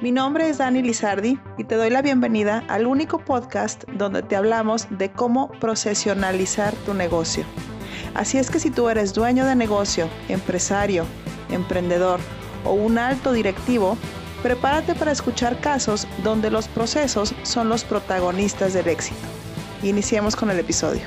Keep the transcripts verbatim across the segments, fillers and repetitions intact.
Mi nombre es Dani Lizardi y te doy la bienvenida al único podcast donde te hablamos de cómo profesionalizar tu negocio. Así es que si tú eres dueño de negocio, empresario, emprendedor o un alto directivo, prepárate para escuchar casos donde los procesos son los protagonistas del éxito. Iniciemos con el episodio.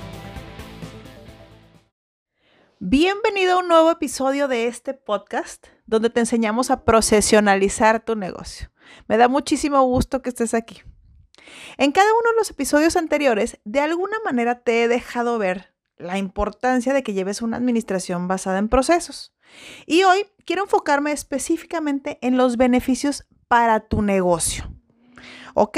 Bienvenido a un nuevo episodio de este podcast donde te enseñamos a profesionalizar tu negocio. Me da muchísimo gusto que estés aquí. En cada uno de los episodios anteriores, de alguna manera te he dejado ver la importancia de que lleves una administración basada en procesos. Y hoy quiero enfocarme específicamente en los beneficios para tu negocio. ¿Ok?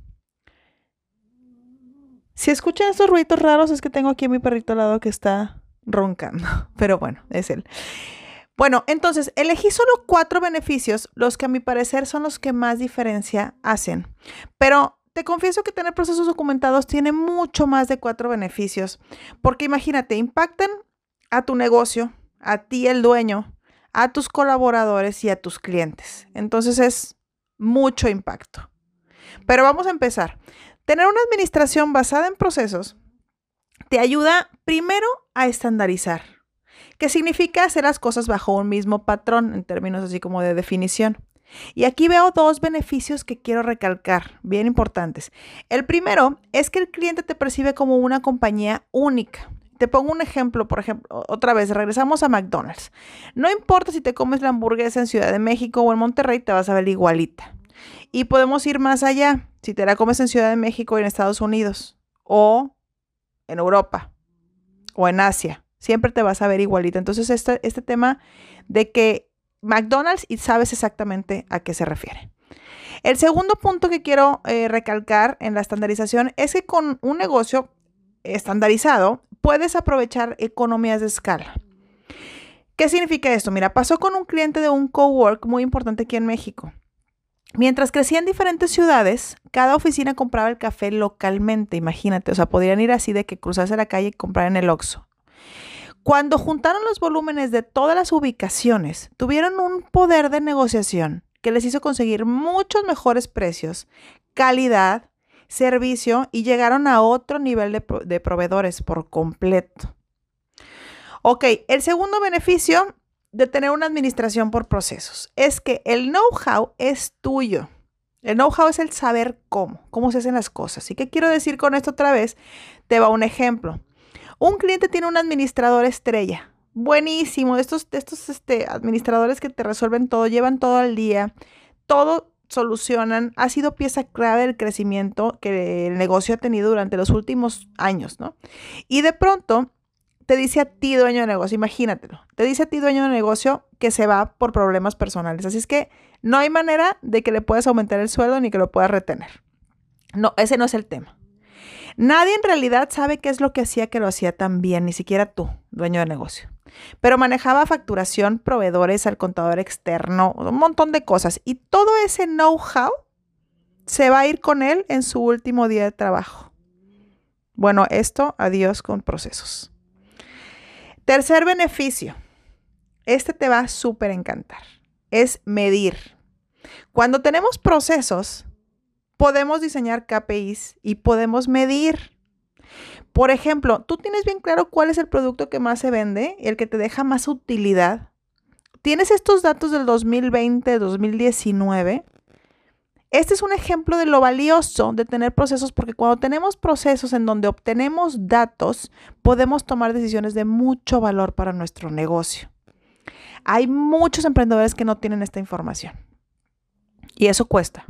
Si escuchan estos ruidos raros es que tengo aquí a mi perrito al lado que está roncando, pero bueno, es él. Bueno, entonces elegí solo cuatro beneficios, los que a mi parecer son los que más diferencia hacen. Pero te confieso que tener procesos documentados tiene mucho más de cuatro beneficios, porque imagínate, impactan a tu negocio, a ti el dueño, a tus colaboradores y a tus clientes. Entonces es mucho impacto. Pero vamos a empezar. Tener una administración basada en procesos te ayuda primero a estandarizar, que significa hacer las cosas bajo un mismo patrón en términos así como de definición. Y aquí veo dos beneficios que quiero recalcar, bien importantes. El primero es que el cliente te percibe como una compañía única. Te pongo un ejemplo, por ejemplo, otra vez, regresamos a McDonald's. No importa si te comes la hamburguesa en Ciudad de México o en Monterrey, te vas a ver igualita. Y podemos ir más allá, si te la comes en Ciudad de México o en Estados Unidos, o en Europa, o en Asia. Siempre te vas a ver igualita. Entonces, este, este tema de que McDonald's y sabes exactamente a qué se refiere. El segundo punto que quiero eh, recalcar en la estandarización es que con un negocio estandarizado puedes aprovechar economías de escala. ¿Qué significa esto? Mira, pasó con un cliente de un cowork muy importante aquí en México. Mientras crecía en diferentes ciudades, cada oficina compraba el café localmente, imagínate. O sea, podrían ir así de que cruzarse la calle y comprar en el Oxxo. Cuando juntaron los volúmenes de todas las ubicaciones, tuvieron un poder de negociación que les hizo conseguir muchos mejores precios, calidad, servicio y llegaron a otro nivel de, pro- de proveedores por completo. Ok, el segundo beneficio de tener una administración por procesos es que el know-how es tuyo. El know-how es el saber cómo, cómo se hacen las cosas. ¿Y qué quiero decir con esto otra vez? Te va un ejemplo. Un cliente tiene un administrador estrella, buenísimo, de estos, de estos este, administradores que te resuelven todo, llevan todo al día, todo solucionan, ha sido pieza clave del crecimiento que el negocio ha tenido durante los últimos años, ¿no? Y de pronto te dice a ti, dueño de negocio, imagínatelo, te dice a ti, dueño de negocio, que se va por problemas personales. Así es que no hay manera de que le puedas aumentar el sueldo ni que lo puedas retener. No, ese no es el tema. Nadie en realidad sabe qué es lo que hacía que lo hacía tan bien, ni siquiera tú, dueño de negocio. Pero manejaba facturación, proveedores, al contador externo, un montón de cosas. Y todo ese know-how se va a ir con él en su último día de trabajo. Bueno, esto, adiós con procesos. Tercer beneficio. Este te va a súper encantar. Es medir. Cuando tenemos procesos, podemos diseñar K P Is y podemos medir. Por ejemplo, tú tienes bien claro cuál es el producto que más se vende, el que te deja más utilidad. ¿Tienes estos datos del dos mil veinte, dos mil diecinueve? Este es un ejemplo de lo valioso de tener procesos, porque cuando tenemos procesos en donde obtenemos datos, podemos tomar decisiones de mucho valor para nuestro negocio. Hay muchos emprendedores que no tienen esta información y eso cuesta.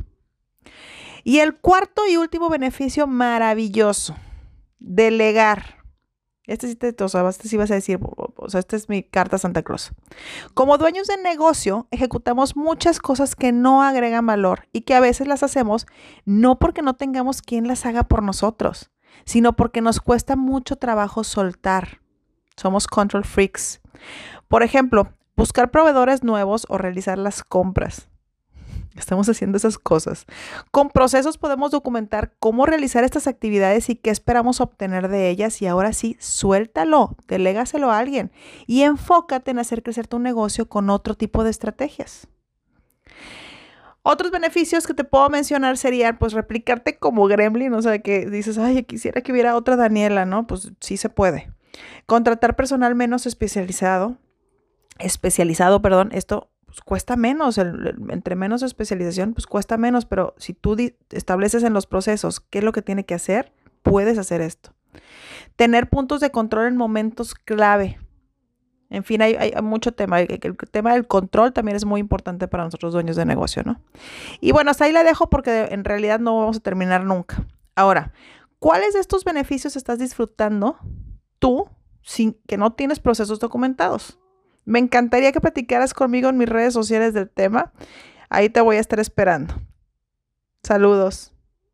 Y el cuarto y último beneficio maravilloso, delegar. Este sí te, o sea, este sí vas a decir, o sea, esta es mi carta a Santa Claus. Como dueños de negocio, ejecutamos muchas cosas que no agregan valor y que a veces las hacemos no porque no tengamos quien las haga por nosotros, sino porque nos cuesta mucho trabajo soltar. Somos control freaks. Por ejemplo, buscar proveedores nuevos o realizar las compras. Estamos haciendo esas cosas. Con procesos podemos documentar cómo realizar estas actividades y qué esperamos obtener de ellas. Y ahora sí, suéltalo, delégaselo a alguien y enfócate en hacer crecer tu negocio con otro tipo de estrategias. Otros beneficios que te puedo mencionar serían, pues, replicarte como gremlin, o sea, que dices, ay, quisiera que hubiera otra Daniela, ¿no? Pues sí se puede. Contratar personal menos especializado, especializado, perdón, esto pues, cuesta menos, el, el, entre menos especialización, pues cuesta menos, pero si tú di- estableces en los procesos qué es lo que tiene que hacer, puedes hacer esto. Tener puntos de control en momentos clave. En fin, hay, hay mucho tema. El, el tema del control también es muy importante para nosotros dueños de negocio, ¿no? Y bueno, hasta ahí la dejo porque en realidad no vamos a terminar nunca. Ahora, ¿cuáles de estos beneficios estás disfrutando tú sin que no tienes procesos documentados? Me encantaría que platicaras conmigo en mis redes sociales del tema. Ahí te voy a estar esperando. Saludos.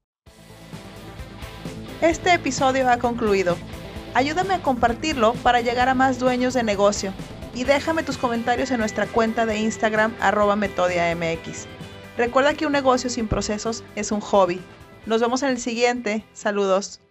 Este episodio ha concluido. Ayúdame a compartirlo para llegar a más dueños de negocio y déjame tus comentarios en nuestra cuenta de Instagram arroba metodiamx. Recuerda que un negocio sin procesos es un hobby. Nos vemos en el siguiente. Saludos.